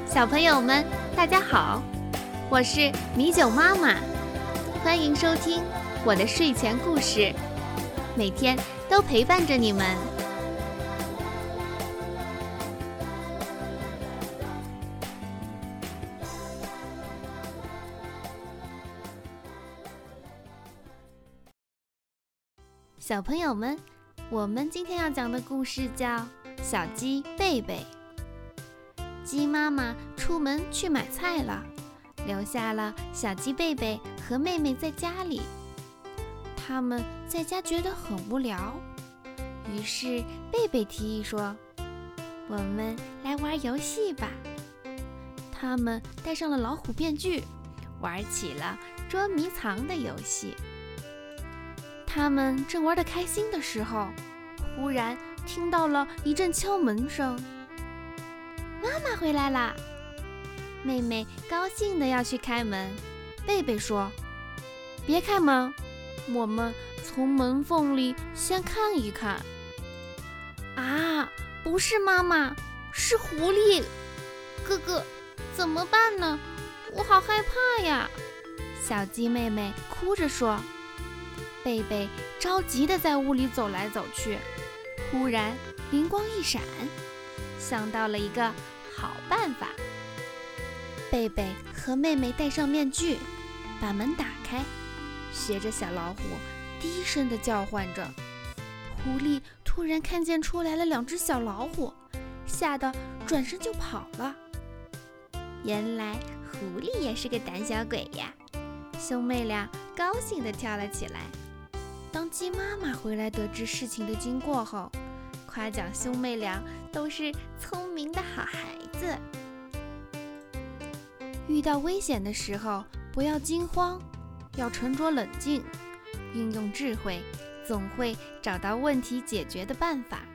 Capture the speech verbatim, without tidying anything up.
小朋友们，大家好，我是米酒妈妈，欢迎收听我的睡前故事，每天都陪伴着你们。小朋友们，我们今天要讲的故事叫《小鸡贝贝》。鸡妈妈出门去买菜了，留下了小鸡贝贝和妹妹在家里。他们在家觉得很无聊，于是贝贝提议说：“我们来玩游戏吧。”他们戴上了老虎面具，玩起了捉迷藏的游戏。他们正玩得开心的时候，忽然听到了一阵敲门声。妈妈回来啦！妹妹高兴地要去开门。贝贝说：“别开门，我们从门缝里先看一看。”啊，不是妈妈，是狐狸！哥哥，怎么办呢？我好害怕呀！小鸡妹妹哭着说。贝贝着急地在屋里走来走去，忽然灵光一闪，想到了一个好办法。贝贝和妹妹戴上面具，把门打开，学着小老虎低声地叫唤着。狐狸突然看见出来了两只小老虎，吓得转身就跑了。原来狐狸也是个胆小鬼呀！兄妹俩高兴地跳了起来。当鸡妈妈回来得知事情的经过后，夸奖兄妹俩都是聪明的好孩子。遇到危险的时候，不要惊慌，要沉着冷静，运用智慧，总会找到问题解决的办法。